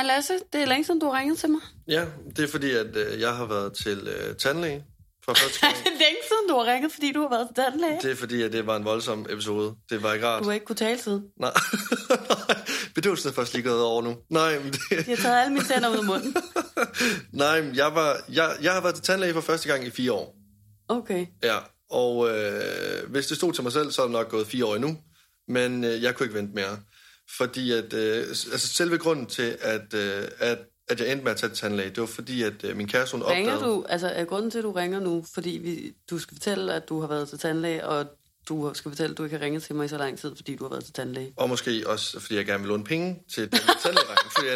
Hej Lasse, det er længe siden, du har ringet til mig. Ja, det er fordi, at jeg har været til tandlæge for første gang. Det er længe siden, du har ringet, fordi du har været til tandlæge. Det er fordi, at det var en voldsom episode. Det var ikke rart. Du har ikke kunne tale siden. Nej, bedøvelsen er først lige gået over nu. Nej, men det... De har taget alle mine tænder ud af munden. Nej, men jeg har været til tandlæge for første gang i 4 år. Okay. Ja, og hvis det stod til mig selv, så er det nok gået 4 år endnu. Men jeg kunne ikke vente mere. Fordi at, selve grunden til, at jeg endte med at tage til tandlæge, det var fordi, at min kæreste, hun opdagede... Ringer du, altså er grunden til, at du ringer nu, fordi du skal fortælle, at du har været til tandlæge, og du skal fortælle, at du ikke har ringet til mig i så lang tid, fordi du har været til tandlæge? Og måske også, fordi jeg gerne vil låne penge til den tandlægeregning, fordi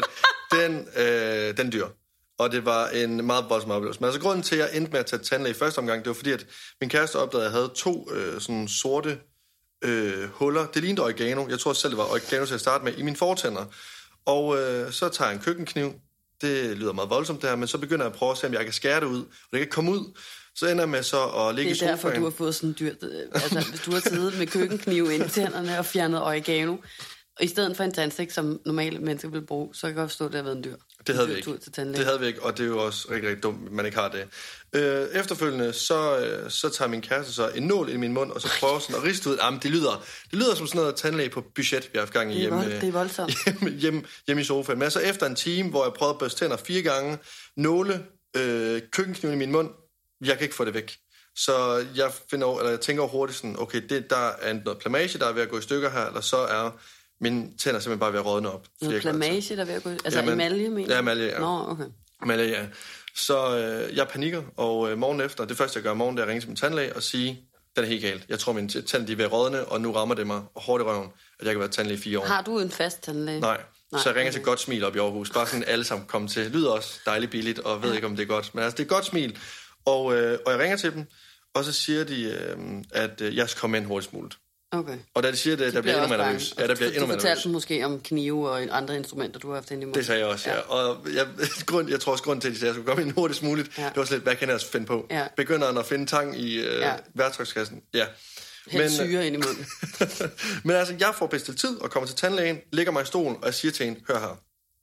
at den dyr. Og det var en meget voldsom oplevelse. Men altså grunden til, at jeg endte med at tage til tandlæge i første omgang, det var fordi, at min kæreste opdagede, at jeg havde 2 sådan sorte huller. Det lignede oregano. Jeg tror selv, det var oregano til at starte med i mine fortænder. Og så tager jeg en køkkenkniv. Det lyder meget voldsomt det her, men så begynder jeg at prøve at se, om jeg kan skære det ud. Og det kan ikke komme ud. Så ender jeg med så at ligge i sofaen. Det er derfor, du har fået sådan dyrt... Altså, hvis du har siddet med køkkenkniv ind i tænderne og fjernet oregano, og i stedet for en tandstik, som normale mennesker vil bruge, så kan jeg godt forstå, at det har været en dyr. Det havde vi ikke. Det havde vi ikke, og det er jo også rigtig, rigtig dumt, at man ikke har det. Efterfølgende, så tager min kæreste så en nål i min mund, og så prøver sådan at riste ud. Jamen, det lyder som sådan noget tandlæge på budget, vi har haft gang i det er voldsomt. hjemme i sofaen. Men altså efter en time, hvor jeg prøvede at børste tænder 4 gange, køkkenkniven i min mund, jeg kan ikke få det væk. Så jeg tænker hurtigt sådan, okay, der er noget plamage, der er ved at gå i stykker her, eller så er mine tænder simpelthen bare ved at rådne op. Noget plamage, der er ved at gå... Altså emalje, mener du? Ja, emalje, ja. Nå, okay. Emalje, ja. Så jeg panikker, og morgen efter, det første jeg gør morgen, det er at ringe til min tandlæge og sige, den er helt galt. Jeg tror, mine tænder er ved at rådne, og nu rammer det mig hårdt i røven, at jeg kan være tandlæge i 4 år. Har du en fast tandlæge? Nej. Så jeg ringer til Godt Smil op i Aarhus. Bare sådan alle sammen kommer til. Lyder også dejligt billigt, og ved ikke, om det er godt. Men altså, det er Godt Smil. Og jeg ringer til dem, og så siger de, at jeg skal komme ind hurtigst muligt. Okay. Og da de siger det, der bliver endnu mere nervøs. Ja, der bliver endnu mere nervøs. Du fortalte måske om knive og andre instrumenter, du har haft inde i munden. Det sagde jeg også, ja. Og jeg tror også, grunden til, at de sagde, at jeg skulle komme ind hurtigst muligt, det var slet, hvad kan jeg finde på? Ja. Begynder han at finde tang i værktøjskassen? Ja. Helt syre ind i munden. Men altså, jeg får bestilt tid og kommer til tandlægen, lægger mig i stolen, og jeg siger til hende, hør her.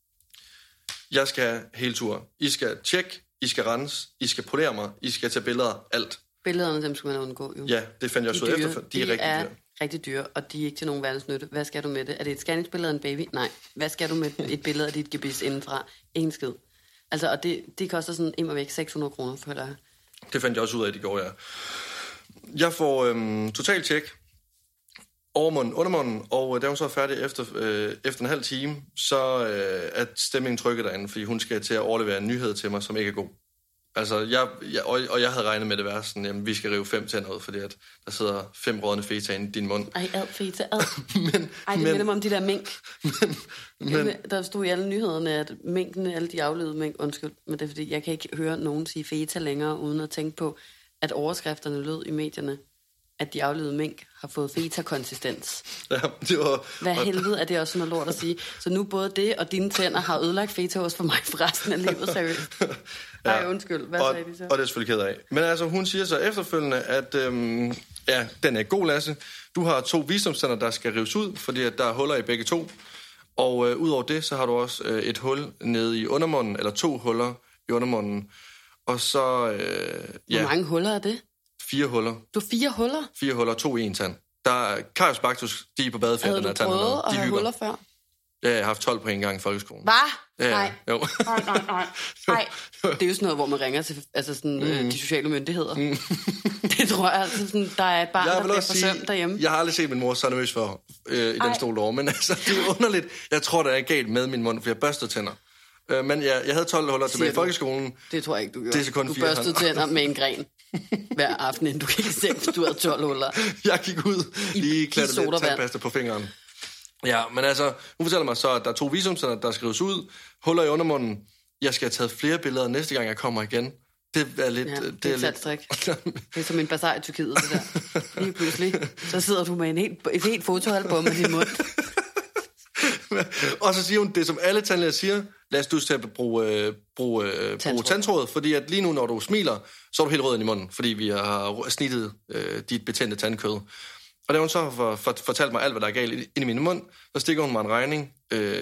Jeg skal have hele turen. I skal tjekke, I skal rense, I skal polere mig, I skal tage billeder, alt. Billederne, dem skal man undgå, jo. Ja, det fandt jeg også ud efter. De er rigtig dyre, og de er ikke til nogen verdensnytte. Hvad skal du med det? Er det et scanningsbillede af en baby? Nej. Hvad skal du med et billede af dit gebis indenfra? Ingen skid. Altså, og det koster sådan immer væk 600 kroner, føler jeg. Det fandt jeg også ud af, det går, ja. Jeg får total tjek. Overmunden, undermunden, og da hun så er færdig efter en halv time, så er stemningen trykket derinde, fordi hun skal til at overlevere en nyhed til mig, som ikke er god. Altså, jeg havde regnet med det værste, sådan, jamen, vi skal rive 5 tænder ud, fordi at der sidder 5 rådne feta i din mund. Ej, feta, det minder mig om de der mink. Der stod i alle nyhederne, at minkene, alle de aflevede mink, undskyld, men det er fordi, jeg kan ikke høre nogen sige feta længere, uden at tænke på, at overskrifterne lød i medierne, at de aflevede mink har fået feta-konsistens. Ja, det var... Hvad helvede er det også sådan noget lort at sige? Så nu både det og dine tænder har ødelagt fetaost for mig for resten af livet, seriøst. Ej, undskyld. Hvad sagde de så? Og det er selvfølgelig ked af. Men altså, hun siger så efterfølgende, at den er god, Lasse. Du har 2 visdomstænder, der skal rives ud, fordi at der er huller i begge 2. Og udover det, så har du også et hul nede i undermunden, eller 2 huller i undermunden. Og så... Hvor mange huller er det? 4 huller. Du har 4 huller? 4 huller, 2 i en tand. Der er Karius Bactus, de er på badeferien. Havde du prøvet at have huller før? Ja, jeg har haft 12 på en gang i folkeskolen. Hvad? Ja, nej. Jo. Nej. Det er jo sådan noget, hvor man ringer til de sociale myndigheder. Det tror jeg altså sådan, der er et barn, der bliver forsømt derhjemme. Jeg har aldrig set min mor så nervøs for i den stol derovre, men altså, det er underligt. Jeg tror, der er galt med min mund, for jeg børstede tænder. Men jeg havde 12 huller tilbage i folkeskolen. Det tror jeg ikke, du gjorde. Det er kun du børstede tænder med en gren hver aften, inden du gik i seng, hvis du havde 12 huller. Jeg gik ud, lige klattede lidt tandpasta på fingeren. Ja, men altså, hun fortæller mig så, at der er 2 visumstænder, der skrives ud. Huller i undermunden. Jeg skal have taget flere billeder næste gang, jeg kommer igen. Det er lidt... Ja, det er salgstrik. Det er som en bazar i Tyrkiet, det der. Lige pludselig, så sidder du med et helt fotoalbum med din mund. Og så siger hun det, som alle tandlæger siger. Lad os til at bruge tandtråd, fordi at lige nu, når du smiler, så er du helt rød i munden, fordi vi har snittet dit betændte tandkød. Og da hun så fortalte mig alt, hvad der er galt ind i min mund, så stikker hun mig en regning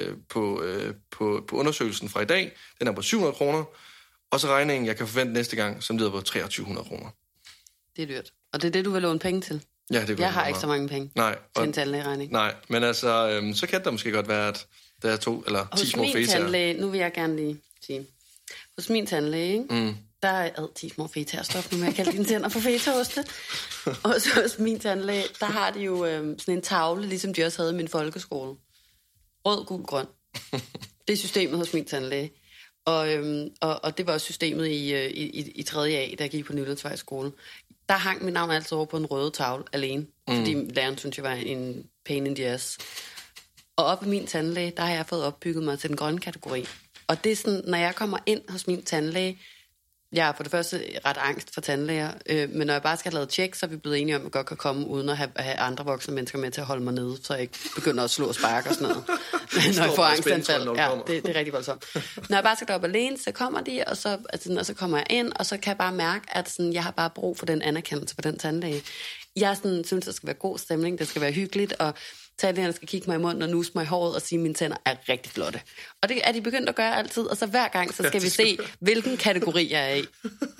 på undersøgelsen fra i dag. Den er på 700 kroner. Og så regningen, jeg kan forvente næste gang, som lyder på 2300 kroner. Det er dyrt. Og det er det, du vil låne penge til? Ja, det jeg har ikke så mange penge til en tandlægeregning. Nej, men altså, så kan der måske godt være, at der er 2 eller 10 små fetaer. Nu vil jeg gerne lige sige. Hos min tandlæge, ikke? Der er 10 små fetaer. Stop nu med at kalde dine tænder for fetaoste. Og så hos min tandlæge, der har de jo sådan en tavle, ligesom de også havde i min folkeskole. Rød, gul, grøn. Det er systemet hos min tandlæge. Og det var også systemet i 3. A, da jeg gik på Nylandsvej skole. Der hang mit navn altid over på en røde tavle alene, fordi læreren synes jeg var en pain in the ass. Og op i min tandlæge, der har jeg fået opbygget mig til den grønne kategori. Og det er sådan, når jeg kommer ind hos min tandlæge, jeg er for det første ret angst for tandlæger, men når jeg bare skal have lavet tjek, så er vi blevet enige om, at jeg godt kan komme uden at have andre voksne mennesker med til at holde mig nede, så jeg ikke begynder at slå og sparke og sådan noget. Når jeg får angstanfald. Ja, det er rigtig voldsomt. Når jeg bare skal deroppe alene, så kommer de, og så kommer jeg ind, og så kan jeg bare mærke, at sådan, jeg har bare brug for den anerkendelse for den tandlæge. Jeg synes, der skal være god stemning, det skal være hyggeligt, og tandlægerne skal kigge mig i munden og nuse mig i håret og sige, at mine tænder er rigtig flotte. Og det er de begyndt at gøre altid, og så hver gang, så skal vi se, hvilken kategori jeg er i.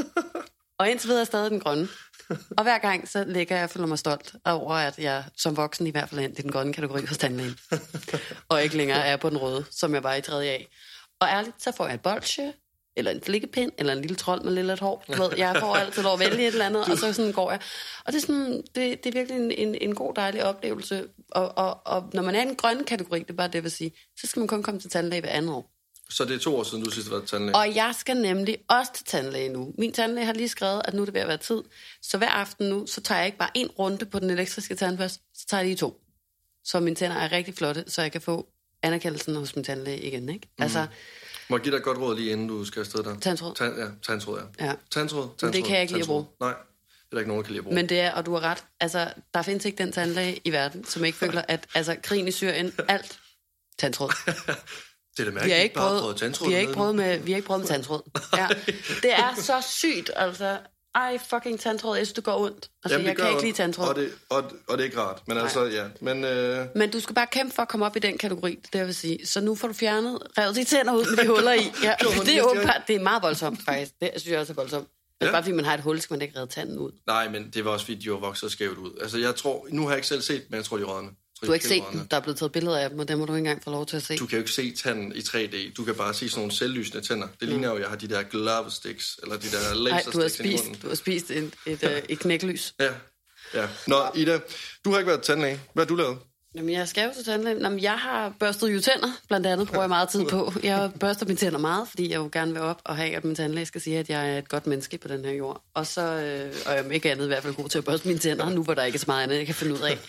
Og indtil videre er stadig den grønne. Og hver gang, så lægger jeg og føler mig stolt over, at jeg som voksen i hvert fald er i den grønne kategori hos tandlægen. Og ikke længere er på den røde, som jeg var i 3. A. Og ærligt, så får jeg et bolsje, eller en flikkepind, eller en lille trold med lidt hår. Jeg får altid lov at vælge et eller andet, og så sådan går jeg. Og det er, sådan, det er virkelig en god, dejlig oplevelse. Og når man er i en grønne kategori, det er bare det, jeg vil sige, så skal man kun komme til tandlæge hver andet år. Så det er 2 år siden, du sidst har været tandlæge? Og jeg skal nemlig også til tandlæge nu. Min tandlæge har lige skrevet, at nu er det ved at være tid. Så hver aften nu, så tager jeg ikke bare 1 runde på den elektriske tandbørste, så tager jeg lige 2. Så mine tænder er rigtig flotte, så jeg kan få anerkendelsen hos min tandlæge igen, ikke? Altså, må jeg give dig et godt råd lige inden du skal afsted der? Tandtråd. Tandtråd, ja. Tandtråd. Men det kan jeg ikke lide at bruge. Nej, det er der ikke nogen, der kan lide at bruge. Men det er, og du har ret, altså, der findes ikke den tandlæge i verden, som ikke føler, at altså, krigen i Syrien, alt tandtråd. Det er da mærkeligt, vi har ikke prøvet tandtråd. Vi har ikke prøvet med tandtråd. Ja. Det er så sygt, altså. Ej, fucking tandtråd, jeg synes, det går ondt. Altså, jamen, jeg kan ikke lide tandtråd. Og det er ikke rart, men altså, ja. Men du skal bare kæmpe for at komme op i den kategori, det jeg vil sige. Så nu får du revet de tænder ud med de huller i. Ja, det er meget voldsomt, faktisk. Det synes jeg også er voldsomt. Altså, bare fordi man har et hul, skal man ikke redde tanden ud. Nej, men det var også fordi, de var vokset skævt ud. Altså, jeg tror, nu har jeg ikke selv set, men jeg tror, de er rådne. Du har ikke set dem. Der er blevet taget billeder af dem, og dem må du ikke engang få lov til at se. Du kan jo ikke se tanden i 3D. Du kan bare se sådan nogle selvlysende tænder. Det ligner jo, at jeg har de der glove sticks, eller de der lasersticks i munden. Du har spist et knæklys. Ja. Nå, Ida, du har ikke været tandlæge. Hvad har du lavet? Jamen, jeg skal jo til tandlæge. Jamen, jeg har børstet jo tænder, blandt andet bruger jeg meget tid på. Jeg børster mine tænder meget, fordi jeg vil gerne være op og have, at min tandlæge skal sige, at jeg er et godt menneske på den her jord. Og så og jeg er ikke andet i hvert fald god til at børste mine tænder, nu hvor der ikke er så meget andet, jeg kan finde ud af.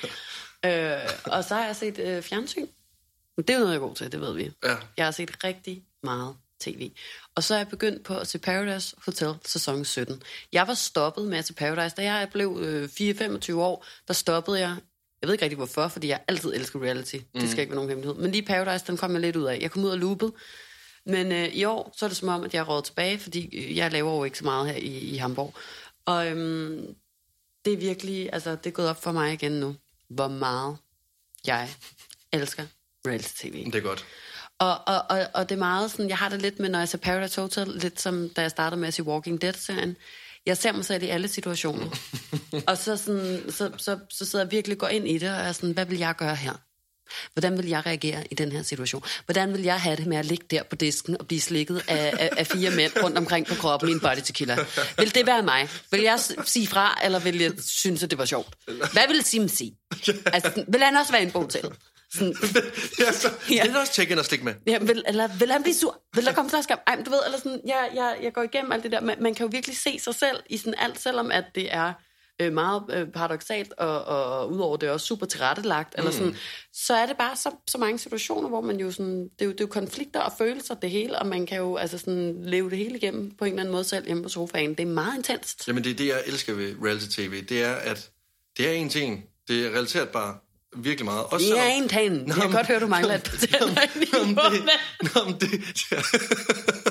Og så har jeg set fjernsyn. Det er jo noget, jeg er god til, det ved vi. Ja. Jeg har set rigtig meget tv. Og så er jeg begyndt på at se Paradise Hotel sæson 17. Jeg var stoppet med at se Paradise. Da jeg blev 4-25 år, der stoppede jeg. Jeg ved ikke rigtig hvorfor, fordi jeg altid elsker reality. Det skal ikke være nogen hemmelighed. Men lige Paradise, den kom jeg lidt ud af. Jeg kom ud af loopet. Men i år, så er det som om, at jeg er rådet tilbage, fordi jeg laver jo ikke så meget her i Hamburg. Og det er virkelig, altså det er gået op for mig igen nu, hvor meget jeg elsker reality-tv. Det er godt. Og det er meget sådan, jeg har det lidt med, når jeg ser Paradise Hotel, lidt som da jeg startede med at se Walking Dead-serien. Jeg ser mig selv i alle situationer. Og så sidder jeg virkelig og går ind i det, og er sådan, hvad vil jeg gøre her? Hvordan vil jeg reagere i den her situation? Hvordan vil jeg have det med at ligge der på disken og blive slikket af 4 mænd rundt omkring på kroppen i en body tequila? Vil det være mig? Vil jeg sige fra, eller vil jeg synes, at det var sjovt? Hvad vil Sim sige? Altså, vil han også være en botel? Sådan. Ja. Vil også tjekke ind og stikke med? Ja, vil han blive sur? Vil der komme slaskab? Ej, men du ved, eller sådan, jeg går igennem alt det der. Man kan jo virkelig se sig selv i sådan alt, selvom at det er meget paradoksalt, og udover det er også super tilrettelagt, eller sådan, så er det bare så mange situationer, hvor man jo sådan, det er jo konflikter og følelser, det hele, og man kan jo altså sådan leve det hele igennem på en eller anden måde selv hjemme på sofaen. Det er meget intenst. Jamen det er det, jeg elsker ved reality-tv. Det er, at det er en ting. Det er relateret bare virkelig meget. Også det er en ting. Jeg kan godt høre, du mangler et patent.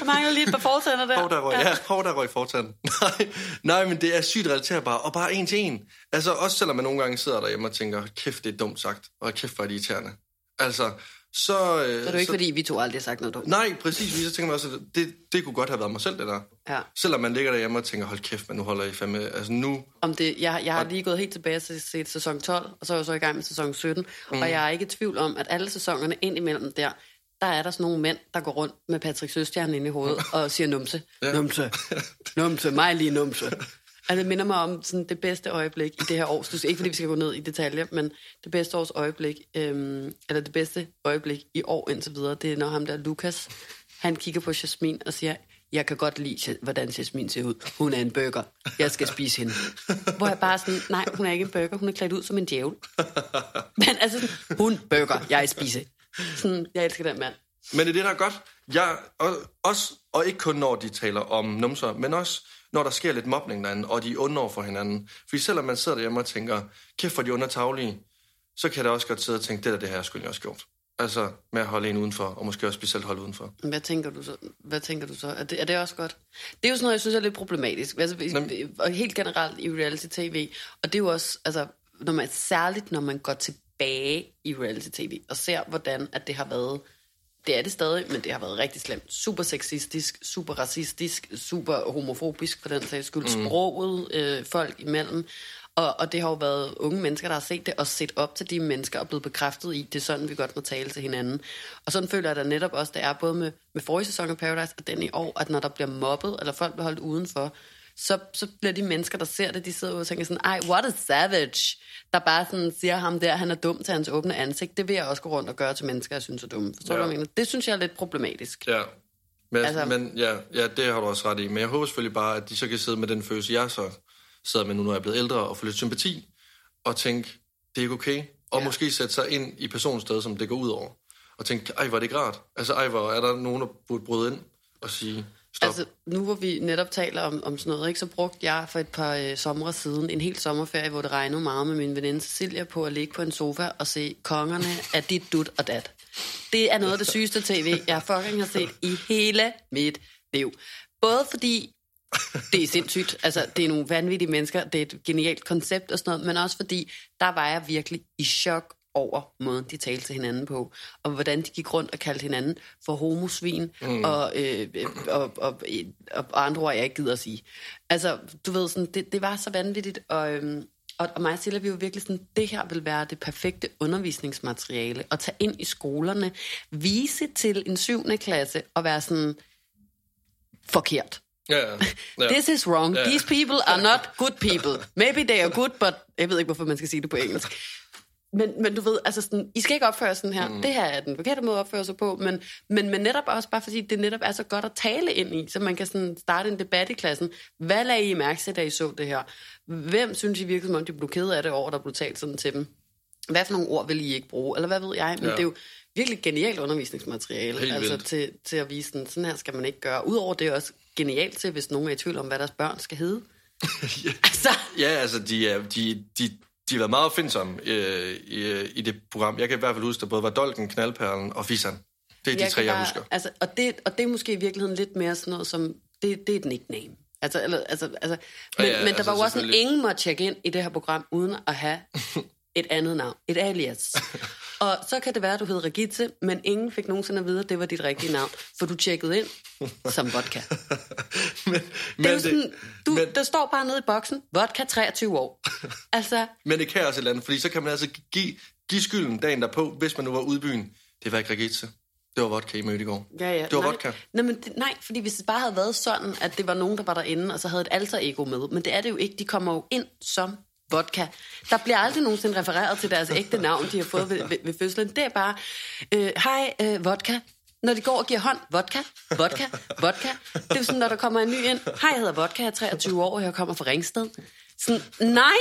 Du mangler lige et par fortænder der. Der røg fortænden. Nej, men det er sygt relaterbart, og bare en til en. Altså, også selvom man nogle gange sidder derhjemme og tænker, kæft, det er dumt sagt, og kæft, hvor er det irriterende. Altså, så er det ikke, fordi vi to aldrig har sagt noget dumt. Nej, præcis. Så tænker man også, at det kunne godt have været mig selv, det der. Ja. Selvom man ligger derhjemme og tænker, hold kæft, men nu holder I fandme... Altså nu... Jeg har lige gået helt tilbage til set sæson 12, og så er jeg så i gang med sæson 17. Og jeg er ikke i tvivl om, at alle sæsonerne ind imellem der er der sådan nogle mænd, der går rundt med Patrick Søstjerne inde i hovedet og siger numse. Ja. Numse, mig lige numse. Altså, det minder mig om sådan, det bedste øjeblik i det her år. Ikke fordi vi skal gå ned i detaljer, men det bedste års øjeblik, eller det bedste øjeblik i år indtil videre, det er, når ham der Lukas, han kigger på Jasmin og siger, jeg kan godt lide, hvordan Jasmin ser ud. Hun er en burger. Jeg skal spise hende. Hvor jeg bare sådan, nej, hun er ikke en burger. Hun er klædt ud som en djævel. Men altså sådan, hun burger, jeg spiser. Sådan, jeg elsker den mand. Men det er det, der er godt. Jeg, og ikke kun når de taler om numser, men også når der sker lidt mobning derinde, og de er onde over for hinanden. Fordi selvom man sidder derhjemme og tænker, kæft for de undertaglige, så kan jeg da også godt sidde og tænke, det her skulle jeg også gjort. Altså med at holde en udenfor, og måske også specielt holde udenfor. Hvad tænker du så? Er det også godt? Det er jo sådan noget, jeg synes er lidt problematisk. Altså, og helt generelt i reality-tv. Og det er jo også, altså, særligt når man går tilbage i reality-tv, og ser, hvordan at det har været. Det er det stadig, men det har været rigtig slemt. Super sexistisk, super racistisk, super homofobisk for den sags skyld. Sproget folk imellem. Og det har jo været unge mennesker, der har set det, og set op til de mennesker, og blevet bekræftet i, det er sådan, vi godt må tale til hinanden. Og sådan føler jeg da netop også, det er både med forrige sæson af Paradise, og den i år, at når der bliver mobbet, eller folk bliver holdt udenfor, så bliver de mennesker, der ser det, de sidder og tænker sådan, ej, what a savage, der bare sådan siger ham der, han er dum til hans åbne ansigt. Det vil jeg også gå rundt og gøre til mennesker, jeg synes er dumme. Forstår du, hvad jeg mener? Det synes jeg er lidt problematisk. Ja, men det har du også ret i. Men jeg håber selvfølgelig bare, at de så kan sidde med den følelse, jeg så sidder med nu, når jeg er blevet ældre, og få lidt sympati, og tænke, det er ikke okay. Og måske sætte sig ind i personens sted, som det går ud over. Og tænke, ej, hvor er det ikke rart. Altså, ej, hvor er der nogen, der burde bryde ind og sige... Stop. Altså, nu hvor vi netop taler om sådan noget, ikke, så brugte jeg for et par somre siden en hel sommerferie, hvor det regnede meget med min veninde Cecilia på at ligge på en sofa og se kongerne af dit, dut og dat. Det er noget af det sygeste tv, jeg fucking har set i hele mit liv. Både fordi det er sindssygt, altså det er nogle vanvittige mennesker, det er et genialt koncept og sådan noget, men også fordi, der var jeg virkelig i chok over måden, de talte til hinanden på, og hvordan de gik rundt og kaldte hinanden for homosvin, og andre ord, jeg ikke gider at sige. Altså, du ved, sådan, det var så vanvittigt, og mig og Silla, vi var virkelig sådan, det her vil være det perfekte undervisningsmateriale, at tage ind i skolerne, vise til en 7. klasse, og være sådan, forkert. Yeah. This is wrong. Yeah. These people are not good people. Maybe they are good, but... Jeg ved ikke, hvorfor man skal sige det på engelsk. Men du ved, altså sådan, I skal ikke opføre sådan her. Det her er den forkerte måde at opføre sig på, men netop også bare fordi, det netop er så godt at tale ind i, så man kan sådan starte en debat i klassen. Hvad lagde I mærke til, da I så det her? Hvem synes I virkelig, som om de blev kede af det over, der blev talt sådan til dem? Hvad for nogle ord vil I ikke bruge? Eller hvad ved jeg? Men det er jo virkelig genialt undervisningsmateriale, altså til at vise sådan her skal man ikke gøre. Udover det er også genialt til, hvis nogen er i tvivl om, hvad deres børn skal hedde. Altså, de har været meget opfindsomme i det program. Jeg kan i hvert fald huske, der både var Dolken, Knaldperlen og Fisan. Det er de tre, jeg husker. Altså, og det er måske i virkeligheden lidt mere sådan noget som, det er et nickname. Men der var jo også ingen måtte tjekke ind i det her program, uden at have et andet navn. Et alias. Og så kan det være, at du hed Regitze, men ingen fik nogensinde at vide, at det var dit rigtige navn. For du tjekkede ind som vodka. Der står bare nede i boksen, vodka 23 år. Altså... Men det kan også et eller andet, fordi så kan man altså give skylden dagen derpå, hvis man nu var ude i byen. Det var ikke Regitze. Det var vodka, I mødte i går. Ja. Det var vodka. Nej, fordi hvis det bare havde været sådan, at det var nogen, der var derinde, og så havde et alter ego med. Men det er det jo ikke. De kommer jo ind som vodka. Der bliver aldrig nogensinde refereret til deres ægte navn, de har fået ved fødslen. Det er bare, hej, vodka. Når de går og giver hånd, vodka. Det er jo sådan, når der kommer en ny ind. Hej, jeg hedder vodka, jeg er 23 år, og jeg kommer fra Ringsted. Sådan, nej!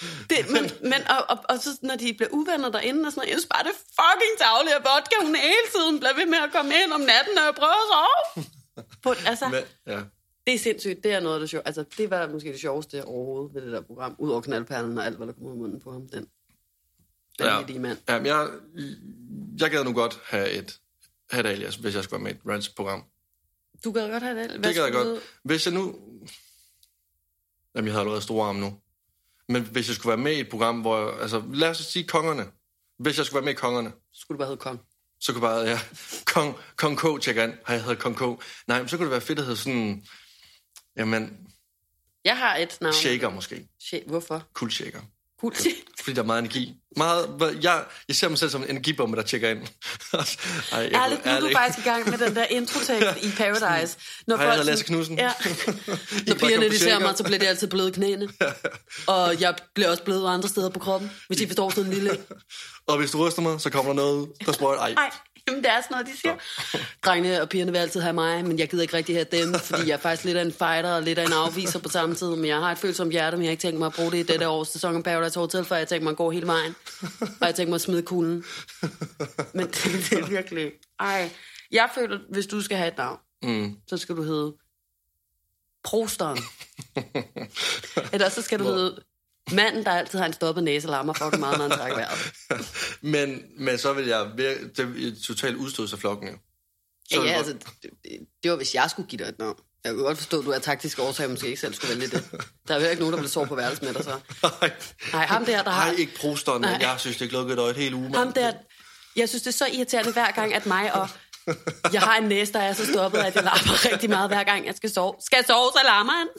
Og så når de bliver uvenner derinde, og sådan noget, jeg synes bare, det er fucking tavligt, at vodka, hun hele tiden bliver ved med at komme ind om natten, og jeg prøver at sove. Altså, det er sindssygt, det er noget af det sjovt. Altså, det var måske det sjoveste overhovedet ved det der program, ud over Knaldperlen og alt, hvad der kom ud af munden på ham. Den mand. Jamen, jeg gad nu godt have et alias, hvis jeg skulle være med et reality-program. Du kan godt have det. Det kan jeg godt. Hvis jeg nu... Jamen, jeg har allerede store arme nu. Men hvis jeg skulle være med i et program, hvor... Altså, lad os sige Kongerne. Hvis jeg skulle være med i Kongerne... Skulle du bare hedde Kong? Så kunne bare... Ja, Kong K, tjekker ind. Har jeg hedder Kong K? Nej, men så kunne det være fedt at hedde sådan... Jamen... Jeg har et navn. Shaker måske. Hvorfor? Kuldshaker. Fordi der er meget energi. Jeg ser mig selv som en energibombe, der tjekker ind. Ærligt, nu er du faktisk i gang med den der introtekst i Paradise. Når har jeg Lasse Knudsen? Ja. Når pigerne de ser mig, så bliver det altid bløde knæene. Og jeg bliver også blød andre steder på kroppen, hvis I forstår sådan en lille... Og hvis du ryster mig, så kommer der noget, der sprøjter. Ej, jamen det er sådan noget, de siger. Drengene og pigerne vil altid have mig, men jeg gider ikke rigtig have dem, fordi jeg er faktisk lidt af en fighter og lidt af en afviser på samme tid. Men jeg har et følsomt hjerte, men jeg har ikke tænkt mig at bruge det i dette års sæson af Paradise Hotel, for jeg tænker mig at gå hele vejen. Og jeg tænker mig at smide kuglen. Men det er virkelig... Ej, jeg føler, hvis du skal have et navn, så skal du hedde Prosteren. Eller så skal du hedde... Manden, der altid har en stoppet næse, lammer for det meget, når han trækker vejret. Men så vil jeg totalt udstøde sig flokken, jo. Ja, altså, det var, hvis jeg skulle give dig et navn. Jeg kan godt forstå, at du er taktisk årsag, måske ikke selv skulle vælge det. Der er jo ikke nogen, der vil sove på værelsen med dig, så. Nej, ham der har... Nej, ikke Prosteren, men jeg synes, det er lukket et helt uge. Ham der... Jeg synes, det er så irriterende hver gang, at mig og... Jeg har en næse, der er så stoppet, at jeg larmer rigtig meget, hver gang jeg skal sove. Skal jeg sove, så larmer han.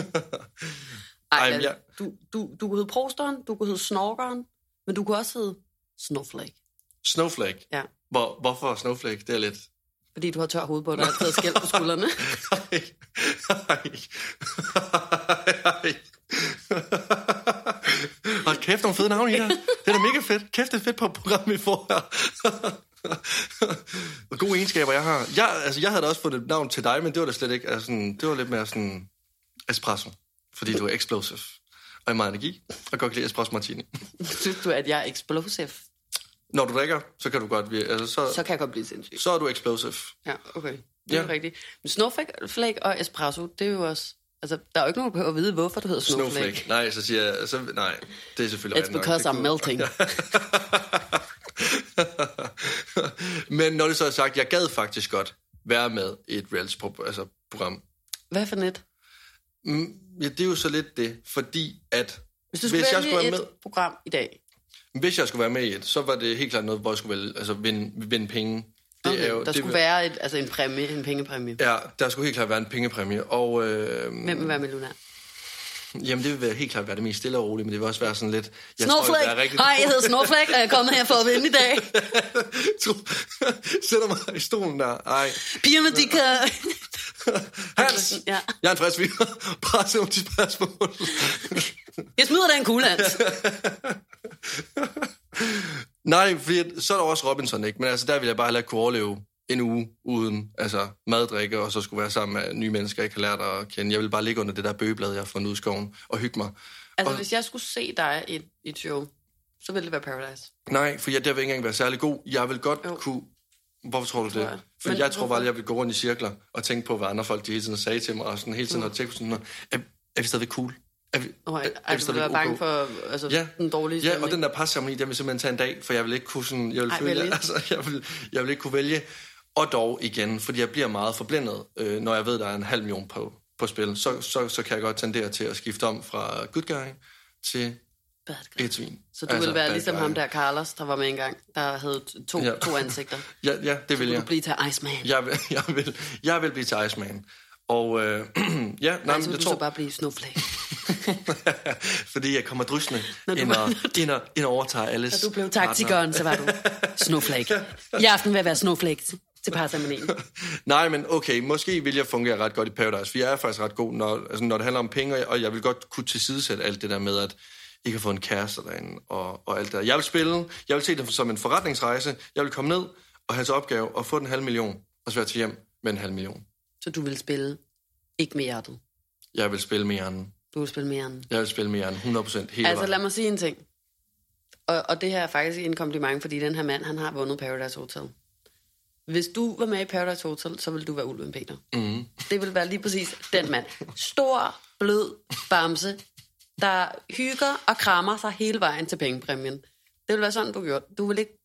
Ej, du kunne hedde Prosteren, du kunne hedde Snorkeren, men du kunne også hedde Snowflake. Snowflake? Ja. Hvorfor Snowflake? Det er lidt... Fordi du har tør hoved på dig og taget skæld på skuldrene. Hold kæft, nogle fede navne i her. Det er da mega fedt. Kæft, det er fedt på programmet, vi får her. Hvor gode egenskaber jeg har. Jeg havde da også fået et navn til dig, men det var da slet ikke... Altså, det var lidt mere sådan... Espresso. Fordi du er explosive. Og jeg har meget energi. Og godt lide espresso martini. Synes du, at jeg er explosive? Når du drikker, så kan du godt... Altså, så kan jeg godt blive sindssyg. Så er du explosive. Ja, okay. Det er rigtigt. Men Snowflake og espresso, det er jo også... Altså, der er jo ikke nogen, der behøver at vide, hvorfor du hedder Snowflake. Nej, så siger jeg... nej, det er selvfølgelig... It's because I'm melting. Men når det så er sagt, jeg gad faktisk godt være med i et reality-program. Hvad for net? Ja, det er jo så lidt det, fordi at... Hvis du skulle vælge et program i dag... Hvis jeg skulle være med i et, så var det helt klart noget, hvor jeg skulle vinde penge. Det er jo, der skulle være en præmie, en pengepræmie. Ja, der skulle helt klart være en pengepræmie. Og, hvem vil være millionær? Jamen, det vil helt klart være det mest stille og roligt, men det vil også være sådan lidt... Snowflake! Hej, jeg hedder Snowflake, og jeg er kommet her for at vinde i dag. Sætter mig i stolen der. Ej. Pigerne, de kan... Hans! Ja. Jeg er en frisk fyr. Presse om de spørgsmål. Jeg smider dig en kugle, Hans. Nej, fordi så er der også Robinson, ikke? Men altså, der vil jeg bare heller kunne overleve en uge uden mad, drikke, og så skulle være sammen med nye mennesker, jeg ikke har lært at kende. Jeg vil bare ligge under det der bøgeblad, jeg har fundet ud i skoven, og hygge mig. Altså, hvis jeg skulle se dig i et show, så ville det være Paradise. Nej, for der vil ikke engang være særlig god. Jeg vil godt kunne... Hvorfor tror du det? For jeg tror bare, at jeg vil gå rundt i cirkler og tænke på, hvad andre folk de hele tiden sagde til mig, og sådan hele tiden og tænke på sådan noget. Er vi stadigvæk cool? Er vi stadigvæk okay? Bange for den dårlige stemning? Ja, og den der pasceremoni, den vil simpelthen tage en dag, for jeg vil ikke kunne sådan... Jeg vil ikke kunne vælge. Og dog igen, fordi jeg bliver meget forblændet, når jeg ved, der er 500.000 på spil. Så kan jeg godt tendere til at skifte om fra good guy til et svin. Så du vil være ligesom ham der, Carlos, der var med engang, der havde to ansigter. Ja, det vil jeg. Så du blive til Iceman. Jeg vil blive til Iceman. Og så vil du så bare blive Snowflake. Fordi jeg kommer drysende ind og overtager alles. Når du blev taktikeren, så var du Snowflake. I aften vil jeg være Snowflake til parceremonien. Nej, men okay, måske vil jeg fungere ret godt i Paradise, for jeg er faktisk ret god, når det handler om penge, og jeg vil godt kunne tilsidesætte alt det der med, at I kan få en kæreste derinde, og alt det der. Jeg vil se det som en forretningsrejse. Jeg vil komme ned og have til opgave at få den 500.000, og så være til hjem med en 500.000. Så du vil spille ikke med hjertet? Jeg vil spille med hjernen. Du vil spille med hjernen? Jeg vil spille med hjernen, 100% hele Altså lad mig sige en ting. Og det her er faktisk en kompliment, fordi den her mand, han har vundet Paradise Hotel. Hvis du var med i Paradise Hotel, så ville du være Ulven Peter. Mm. Det ville være lige præcis den mand. Stor, blød bamse, der hygger og krammer sig hele vejen til pengepræmien. Det ville være sådan, du gjorde. Du vil ikke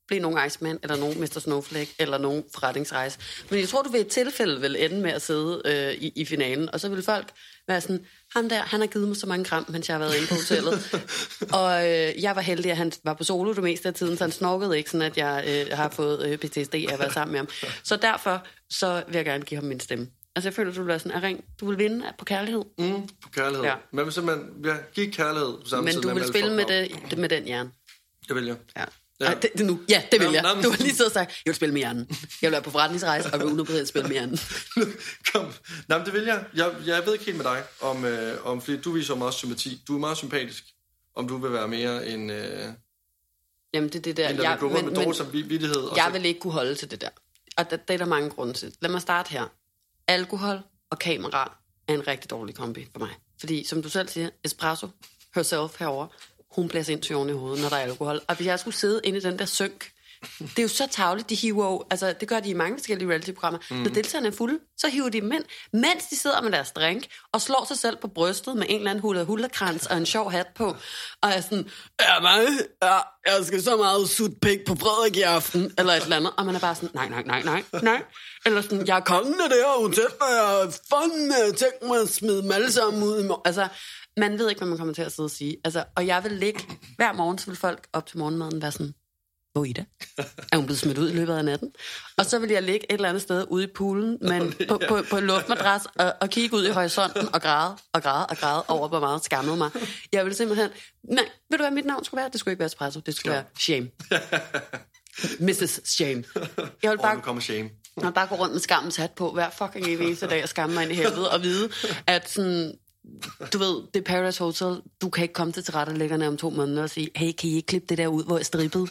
blive nogen Iceman, eller nogen Mr. Snowflake, eller nogen forretningsrejse. Men jeg tror, du ved et tilfælde vil ende med at sidde i finalen, og så vil folk være sådan, ham der, han har givet mig så mange kram, mens jeg har været inde på hotellet. Og jeg var heldig, at han var på solo det meste af tiden, så han snorkede ikke, sådan at jeg har fået PTSD af at være sammen med ham. Så derfor så vil jeg gerne give ham min stemme. Altså jeg føler, du vil være sådan, du vil vinde på kærlighed. På kærlighed. Ja. Men simpelthen, give kærlighed på samme tid. Men du vil spille med den hjerne. Jeg vil jo. Ja. Ja. Ej, det nu. Ja, det vil jeg. Du har lige siddet og sagt, jeg vil spille med hjernen. Jeg vil være på forretningsrejse, og vil 100% spille med hjernen. Kom. Nej, men det vil jeg. Jeg ved ikke helt med dig, om fordi du viser meget sympati. Du er meget sympatisk. Om du vil være mere en... Jamen, det er det der. Jeg vil ikke kunne holde til det der. Og det er der mange grunde til. Lad mig starte her. Alkohol og kamera er en rigtig dårlig kombi for mig. Fordi, som du selv siger, espresso, herself herovre, hun bliver sindssygt oven i hovedet, når der er alkohol. Og hvis jeg skulle sidde inde i den der synk, det er jo så tarveligt, de hiver jo, altså det gør de i mange forskellige reality-programmer. Når deltagerne er fulde, så hiver de dem ind, mens de sidder med deres drink, og slår sig selv på brystet med en eller anden hula-krans og en sjov hat på, og er sådan, jeg skal så meget sut pik på Frederik i aften, eller et eller andet, og man er bare sådan, nej. Eller sådan, jeg er kongen af det her hotel, og jeg har fandme tænkt mig at smide dem alle sammen ud i morgen. Altså, man ved ikke, hvad man kommer til at sidde og sige. Altså, og jeg vil ligge, hver morgen, så vil folk op til morgenmaden være sådan, hvor er Ida? Er hun blevet smidt ud i løbet af natten? Og så vil jeg ligge et eller andet sted ude i poolen, men på en luftmadras, og kigge ud i horisonten og græde over, hvor meget skammede mig. Jeg vil simpelthen, nej, ved du hvad mit navn skulle være? Det skulle ikke være espresso, det skulle være Shame. Mrs. Shame. Jeg vil bare gå rundt med skammens hat på hver fucking eneste dag og skamme mig ind i helvede og vide, at sådan, du ved, det er Paradise Hotel, du kan ikke komme til tilrettelæggerne om 2 måneder og sige, hey, kan I ikke klippe det der ud, hvor jeg strippede?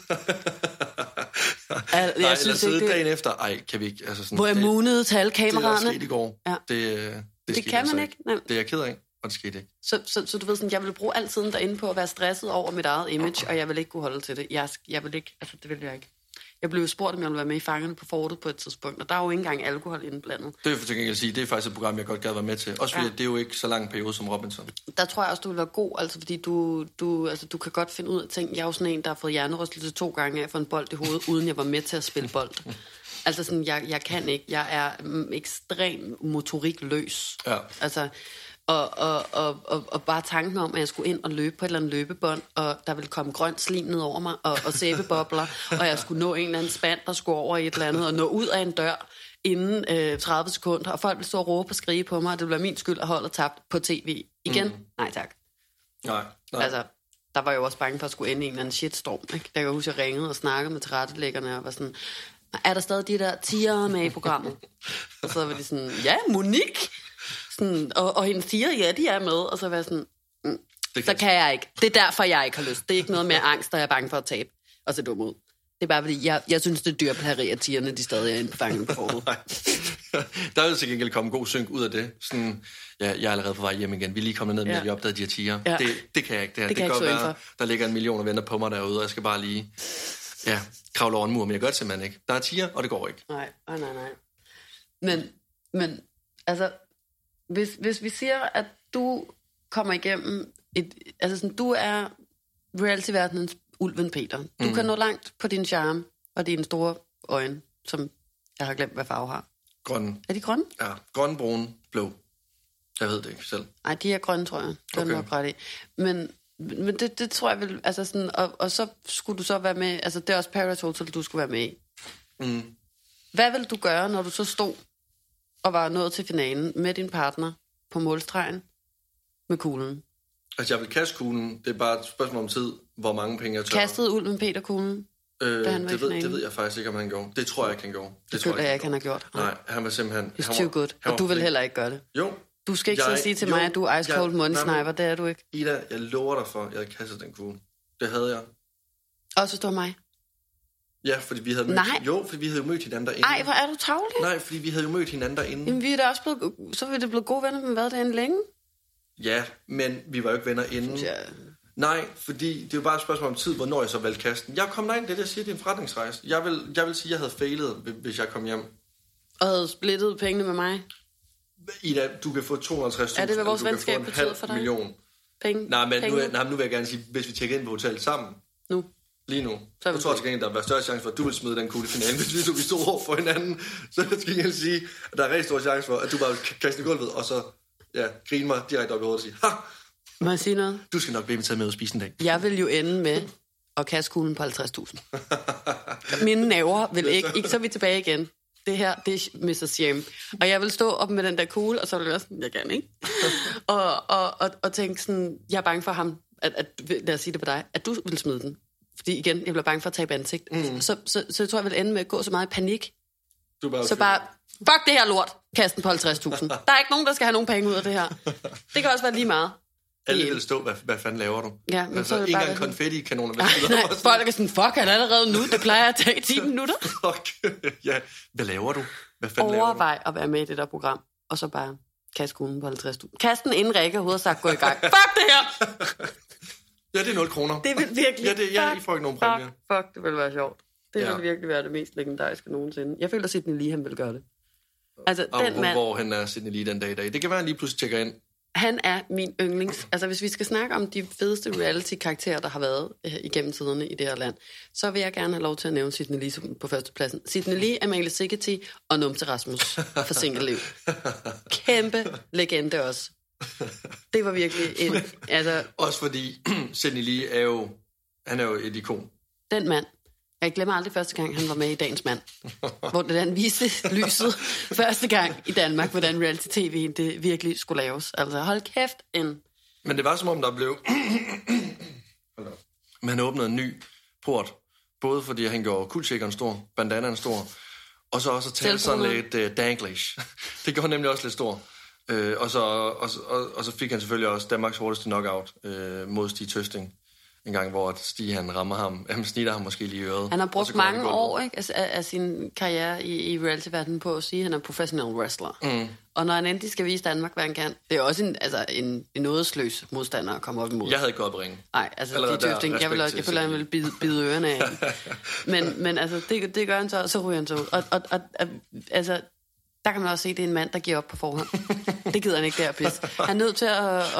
Jeg synes ikke, dagen efter, kan vi ikke, altså sådan, hvor jeg munede til alle kameraerne. Det der skete i går, ja. Det kan man ikke. Det er jeg ked af, og det skete ikke. Så du ved sådan, jeg vil bruge al tiden derinde på at være stresset over mit eget image, og jeg vil ikke kunne holde til det. Jeg vil ikke, altså det vil jeg ikke. Jeg blev spurgt, om jeg ville være med i Fangerne på Fortet på et tidspunkt, og der er jo ikke engang alkohol indblandet. Det er for til at sige, det er faktisk et program, jeg godt gad være med til. Også fordi det er jo ikke så lang en periode som Robinson. Der tror jeg også, du vil være god, altså fordi du kan godt finde ud af ting. Jeg er jo sådan en, der har fået hjernerystelse 2 gange af at få en bold i hovedet, uden jeg var med til at spille bold. Altså sådan, jeg kan ikke. Jeg er ekstrem motorikløs. Ja. Altså... Og bare tanken om, at jeg skulle ind og løbe på et eller andet løbebånd, og der ville komme grønt slim ned over mig, og sæbebobler, og jeg skulle nå en eller anden spand, der skulle over i et eller andet, og nå ud af en dør inden 30 sekunder, og folk ville stå og råbe og skrige på mig, og det blev min skyld at holde tabt på tv. Igen? Nej tak. Nej. Altså, der var jeg jo også bange for at skulle ende i en eller anden shitstorm. Ikke? Der kan jeg huske, at jeg ringede og snakkede med tilrettelæggerne, og var sådan, er der stadig de der tiere med i programmet? Og så var de sådan, ja, Monique! Sådan, og hendes siger, ja, de er med, og så var jeg sådan, så kan jeg ikke. Det er derfor, jeg ikke har lyst. Det er ikke noget med angst, og jeg er bange for at tabe, og se dum ud. Det er bare, fordi jeg synes, det er dyrplageri, at tierne, de stadig er inde på Fangerne på Fortet. Der er jo til gengæld kommet god synk ud af det. Sådan, jeg er allerede på vej hjem igen. Vi er lige kommet ned med, at vi opdagede de her tiger. Ja. Det kan jeg ikke. Det kan godt være, der ligger 1 million og venter på mig derude, og jeg skal bare lige kravle over en mur, men jeg gør det simpelthen ikke. Der er tiger, og det går ikke. Nej. Men altså... Hvis vi siger, at du kommer igennem altså sådan, du er reality-verdenens Ulven Peter. Du kan nå langt på din charme og dine store øjne, som jeg har glemt, hvad farve har. Grønne. Er de grønne? Ja, grønne, brune, blå. Jeg ved det ikke selv. Nej, de er grønne, tror jeg. Det er nok ret i. Men det tror jeg vel, altså sådan, og så skulle du så være med, altså det er også Paradise Hotel, du skulle være med i. Hvad vil du gøre, når du så stod og var nået til finalen med din partner på målstregen med kuglen? Altså, jeg vil kaste kuglen. Det er bare et spørgsmål om tid, hvor mange penge jeg tør. Kastede Ulven Peter kuglen, da han var i finalen? Det ved jeg faktisk ikke, om han gjorde. Det tror jeg ikke, han gjorde. Det tror jeg ikke, han har gjort. Nej, han var simpelthen... It's too good. Og du vil heller ikke gøre det? Jo. Du skal ikke sige til mig, at du er ice cold money sniper. Det er du ikke. Ida, jeg lover dig for, at jeg havde kastet den kugle. Det havde jeg. Også stod mig? Ja, fordi vi havde mødt... Nej. Jo, fordi vi havde jo mødt hinanden derinde. Ej, hvor er du tavlig? Nej, fordi vi havde jo mødt hinanden derinde. Jamen, vi er da også blevet... Så er vi da blevet gode venner, men hvad derinde længe? Ja, men vi var jo ikke venner inden. Ja. Nej, fordi det er jo bare et spørgsmål om tid, hvornår jeg så valgte kasten. Jeg kom derind, det jeg siger, det er en forretningsrejse. Jeg vil sige, at jeg havde failet, hvis jeg kom hjem. Og havde splittet pengene med mig? Ida, du kan få 250.000. Er det, hvad vores venskab betyder for dig? Million. Penge? Nej, men nu vil jeg gerne sige, hvis vi tjekker ind på hotellet sammen. Nu? Lige nu. Jeg tror til gengæld, der er større chance for, at du vil smide den kugle i finalen, hvis vi stod over for hinanden. Så jeg skal ikke sige, at der er rigtig stor chance for, at du bare vil kaste i gulvet, og så grine mig direkte op i hovedet og sige, ha! Må jeg sige noget? Du skal nok blive inviteret med at spise en dag. Jeg vil jo ende med at kaste kuglen på 50.000. Mine naver vil ikke, så er vi tilbage igen. Det her, det er Mr. Shame. Og jeg vil stå op med den der kugle, og så vil jeg være sådan, jeg kan ikke. og tænke sådan, jeg er bange for ham, lad os sige det på dig, at du vil smide den. Fordi igen, jeg bliver bange for at tabe ansigt. Så jeg tror, jeg vil ende med at gå så meget i panik. Så bare, fuck det her lort, kast den på 50.000. Der er ikke nogen, der skal have nogen penge ud af det her. Det kan også være lige meget. Alle vil stå, hvad fanden laver du? Ja, men altså, ikke engang konfetti-kanoner. Nej, folk er sådan, fuck, han er allerede nu. Det plejer at tage 10 minutter. Fuck, ja. Hvad laver du? Hvad fanden laver du? Overvej at være med i det der program, og så bare kaste kuglen på 50.000. Kast den inden Rikke overhovedet sagt, gå i gang. Fuck det her! Ja, det er 0 kroner. Det vil virkelig... Ja, I får ikke nogen præmie. Fuck, det vil være sjovt. Det vil virkelig være det mest legendariske nogensinde. Jeg føler, at Sidney Lee, han vil gøre det. Altså, den mand... Hvor han er Sidney Lee den dag i dag. Det kan være, han lige pludselig tjekker ind. Han er min yndlings... Altså, hvis vi skal snakke om de fedeste reality-karakterer, der har været igennem tiderne i det her land, så vil jeg gerne have lov til at nævne Sidney Lee på førstepladsen. Sidney Lee, Amalie Sigeti og Numse Rasmus for Single-liv. Kæmpe legende også. Det var virkelig en... Altså, også fordi Sidney Lee er jo et ikon. Den mand. Jeg glemmer aldrig første gang, han var med i Dagens Mand. Hvor den viste lyset første gang i Danmark, hvordan reality-tv det virkelig skulle laves. Altså, hold kæft en... Men det var som om, der blev... Man åbnede en ny port. Både fordi han gjorde kuldsjækkeren stor, bandanaen stor, og så også at tale sådan lidt danglish. Det gjorde nemlig også lidt stor. Og så fik han selvfølgelig også Danmarks hurtigste knockout mod Stig Tøsting. En gang, hvor Stig han rammer ham. Han snitter ham måske lige i øret. Han har brugt mange år af sin karriere i reality-verdenen på at sige, at han er professional wrestler. Mm. Og når han endelig skal vise Danmark, hvad han kan, det er også en nådesløs modstander at komme op imod. Jeg havde ikke gået på ringen. Nej, altså Stig Tøsting, jeg føler, han vil bide ørerne af. men altså, det gør han så ryger han så ud. Og altså... Der kan man også se, at det er en mand, der giver op på forhånd. Det gider han ikke der pis. Han er nødt til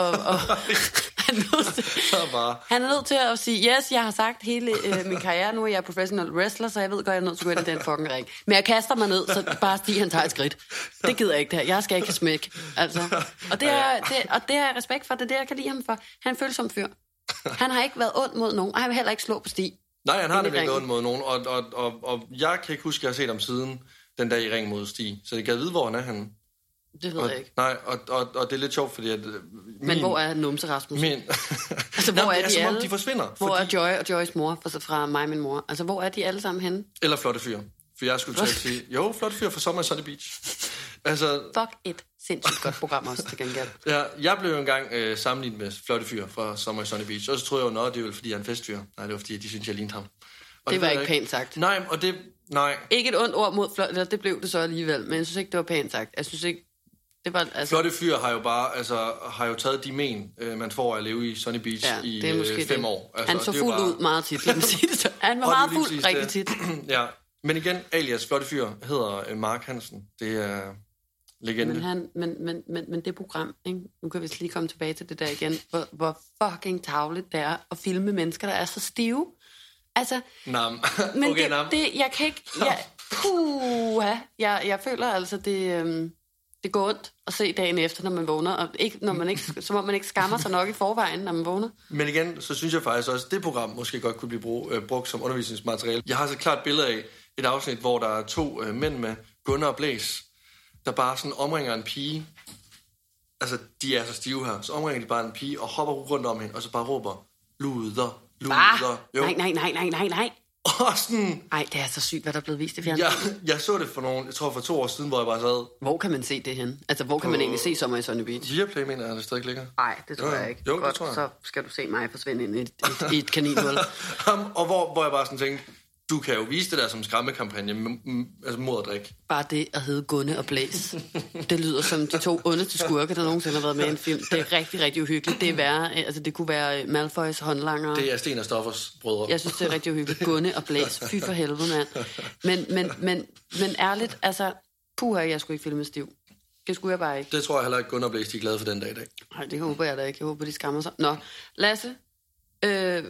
han er nødt til at sige, yes, jeg har sagt hele min karriere, nu er jeg professional wrestler, så jeg ved godt, jeg er nødt til at gå ind i den fucking ring. Men jeg kaster mig ned, så bare Stig, han tager et skridt. Det gider jeg ikke det her. Jeg skal ikke have smæk. Altså. Og det har jeg respekt for. Det er det, jeg kan lide ham for. Han er en følsom fyr. Han har ikke været ond mod nogen, og han vil heller ikke slå på Stig. Nej, han har nemlig ikke ond mod nogen, og jeg kan ikke huske, at jeg har set ham siden den dag i ring mod Stig. Så jeg kan vide, hvor han er henne. Det ved jeg ikke. Nej, og det er lidt sjovt, fordi at... Men hvor er Numse Rasmus? Altså, hvor er de alle? De forsvinder. Hvor er Joy og Joys mor fra mig og min mor? Altså, hvor er de alle sammen henne? Eller Flotte Fyr. For jeg skulle til at sige, jo, Flotte Fyr fra Sommer i Sunny Beach. Altså... Fuck et sindssygt godt program også til gengæld. Ja, jeg blev jo engang sammenlignet med Flotte Fyr fra Sommer i Sunny Beach. Og så troede jeg jo, det var fordi jeg er en festfyr. Nej, det var fordi, de synes jeg lignede ham. Og det var ikke pænt sagt. Nej, og det... Nej. Ikke et ondt ord mod Flotte, eller det blev det så alligevel, men jeg synes ikke, det var pænt sagt. Jeg synes ikke, det var... Altså... Flotte Fyr har jo bare, har jo taget de men, man får at leve i Sunny Beach i 5 år. Altså, han så fuldt bare... ud meget tit, lad mig sige det så. Han var meget fuld rigtig tit. Ja, men igen, alias Flotte Fyr hedder Mark Hansen. Det er legende. Men det program, ikke? Nu kan vi lige komme tilbage til det der igen, hvor fucking tarveligt det er at filme mennesker, der er så stive. Altså, men okay, det jeg kan ikke... Jeg føler altså, det går ondt at se dagen efter, når man vågner, og ikke, som om man ikke skammer sig nok i forvejen, når man vågner. Men igen, så synes jeg faktisk også, at det program måske godt kunne blive brugt som undervisningsmateriale. Jeg har så klart billede af et afsnit, hvor der er 2 mænd med, Gunnar og Blæs, der bare sådan omringer en pige. Altså, de er så stive her. Så omringer de bare en pige og hopper rundt om hende, og så bare råber, luder. Nej. Og sådan... Ej, det er så sygt, hvad der er blevet vist i fjernsynet. Jeg så det for 2 år siden, hvor jeg bare sad... Hvor kan man se det hen? Altså, hvor kan man egentlig se Sommer i Sunny Beach? Viaplay, mener jeg, det stadig ligger. Nej, det tror jeg ikke. Jo, godt, det tror jeg. Så skal du se mig forsvinde ind i et kaninhul. Og hvor jeg bare sådan tænkte, du kan jo vise det der som skræmmekampagne mod at drikke. Bare det at hedde Gunne og Blæs. Det lyder som de 2 ondeste skurke, der nogensinde har været med i en film. Det er rigtig, rigtig uhyggeligt. Det er værre, altså det kunne være Malfoys håndlanger. Det er Sten og Stoffers brødre. Jeg synes, det er rigtig uhyggeligt. Gunne og Blæs. Fy for helvede, mand. Men ærligt, altså, jeg skulle ikke filme stiv. Det skulle jeg bare ikke. Det tror jeg heller ikke, Gunnar og Blæs, de er glade for den dag i dag. Nej, det håber jeg da ikke. Jeg håber, de skammer sig. Nå, Lasse.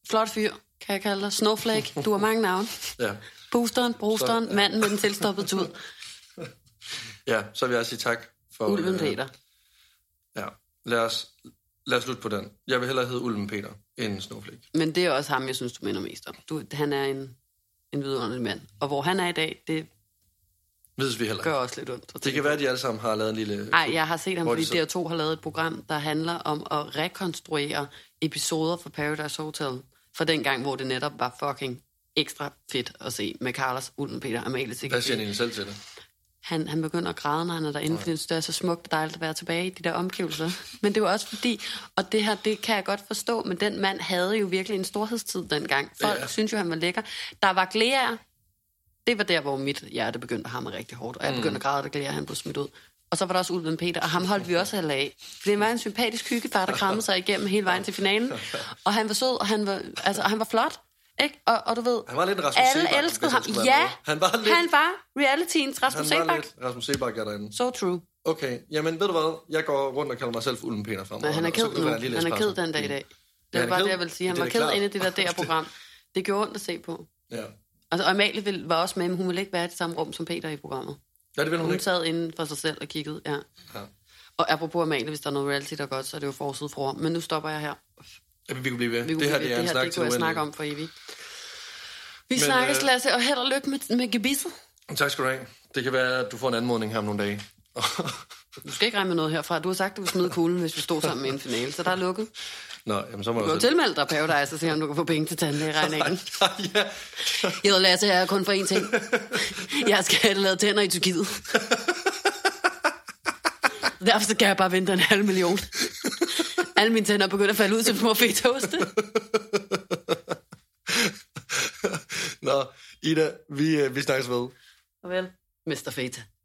Flot fyr, kan jeg kalde dig. Snowflake, du har mange navne. Ja. Boosteren, brosteren, ja. Manden med den tilstoppede tud. Ja, så vil jeg sige tak for... Ulven Peter. Ja, lad os slutte på den. Jeg vil hellere hedde Ulven Peter end Snowflake. Men det er også ham, jeg synes, du minder mest om. Han er en vidunderlig mand. Og hvor han er i dag, det vides vi heller. Gør også lidt ondt. Det kan være, at de alle sammen har lavet en lille... Nej, jeg har set ham, fordi DR2 har lavet et program, der handler om at rekonstruere episoder fra Paradise Hotel. For den gang, hvor det netop var fucking ekstra fedt at se med Carlos, Ulven Peter, Amalie Sigge. Hvad siger han egentlig selv til det? Han begynder at græde, når han er derinde, fordi det er så smukt og dejligt at være tilbage i de der omgivelser. Men det var også fordi, og det her, det kan jeg godt forstå, men den mand havde jo virkelig en storhedstid dengang. Folk synes jo, han var lækker. Der var Glea. Det var der, hvor mit hjerte begyndte at hamre rigtig hårdt. Og jeg begyndte at græde, da Glea han blev smidt ud. Og så var der også Ulven Peter, og ham holdt vi også af. For det var en sympatisk hyggefar, der krammede sig igennem hele vejen til finalen. Og han var sød, og han var flot. Ikke? Og du ved, han var lidt Rasmus alle Seebach, elskede ham. Ja, han var realityens Rasmus Seebach. Han var lidt Rasmus Seebach derinde. So true. Okay, jamen ved du hvad? Jeg går rundt og kalder mig selv for Ulven Peter fremover. Men han er ked nu. Han er ked den dag i dag. Det var bare det, jeg ville sige. Han var ked inde i det der program. Det gjorde ondt at se på. Ja. Og Amalie var også med, men hun ville ikke være i det samme rum som Peter i programmet. Ja, det ville hun ikke. Hun sad inden for sig selv og kiggede, ja. Og apropos Amalie, hvis der er noget reality, der er godt, så er det jo forside fra. Men nu stopper jeg her. Ja, vi kunne blive ved. Det her, det er en snak til kunne jeg snakke om for evigt. Vi snakkes, Lasse, og held og lykke med gebisset. Tak skal du have. Det kan være, at du får en anmodning her om nogle dage. Du skal ikke regne med noget herfra. Du har sagt, at du vil smide kuglen, hvis vi stod sammen med en finale, så der er lukket. Nå, jamen så må du kan jo tilmelde dig Paradise og se, om du kan få penge til tandlægeregningen. Ja. Jeg hedder Lasse, jeg er kun for én ting. Jeg skal have lavet tænder i Tyrkiet. Derfor skal jeg bare vente 500.000. Alle mine tænder er begyndt at falde ud til små fedtoaste. Nå, Ida, vi snakkes ved. Farvel, Mr. Feta.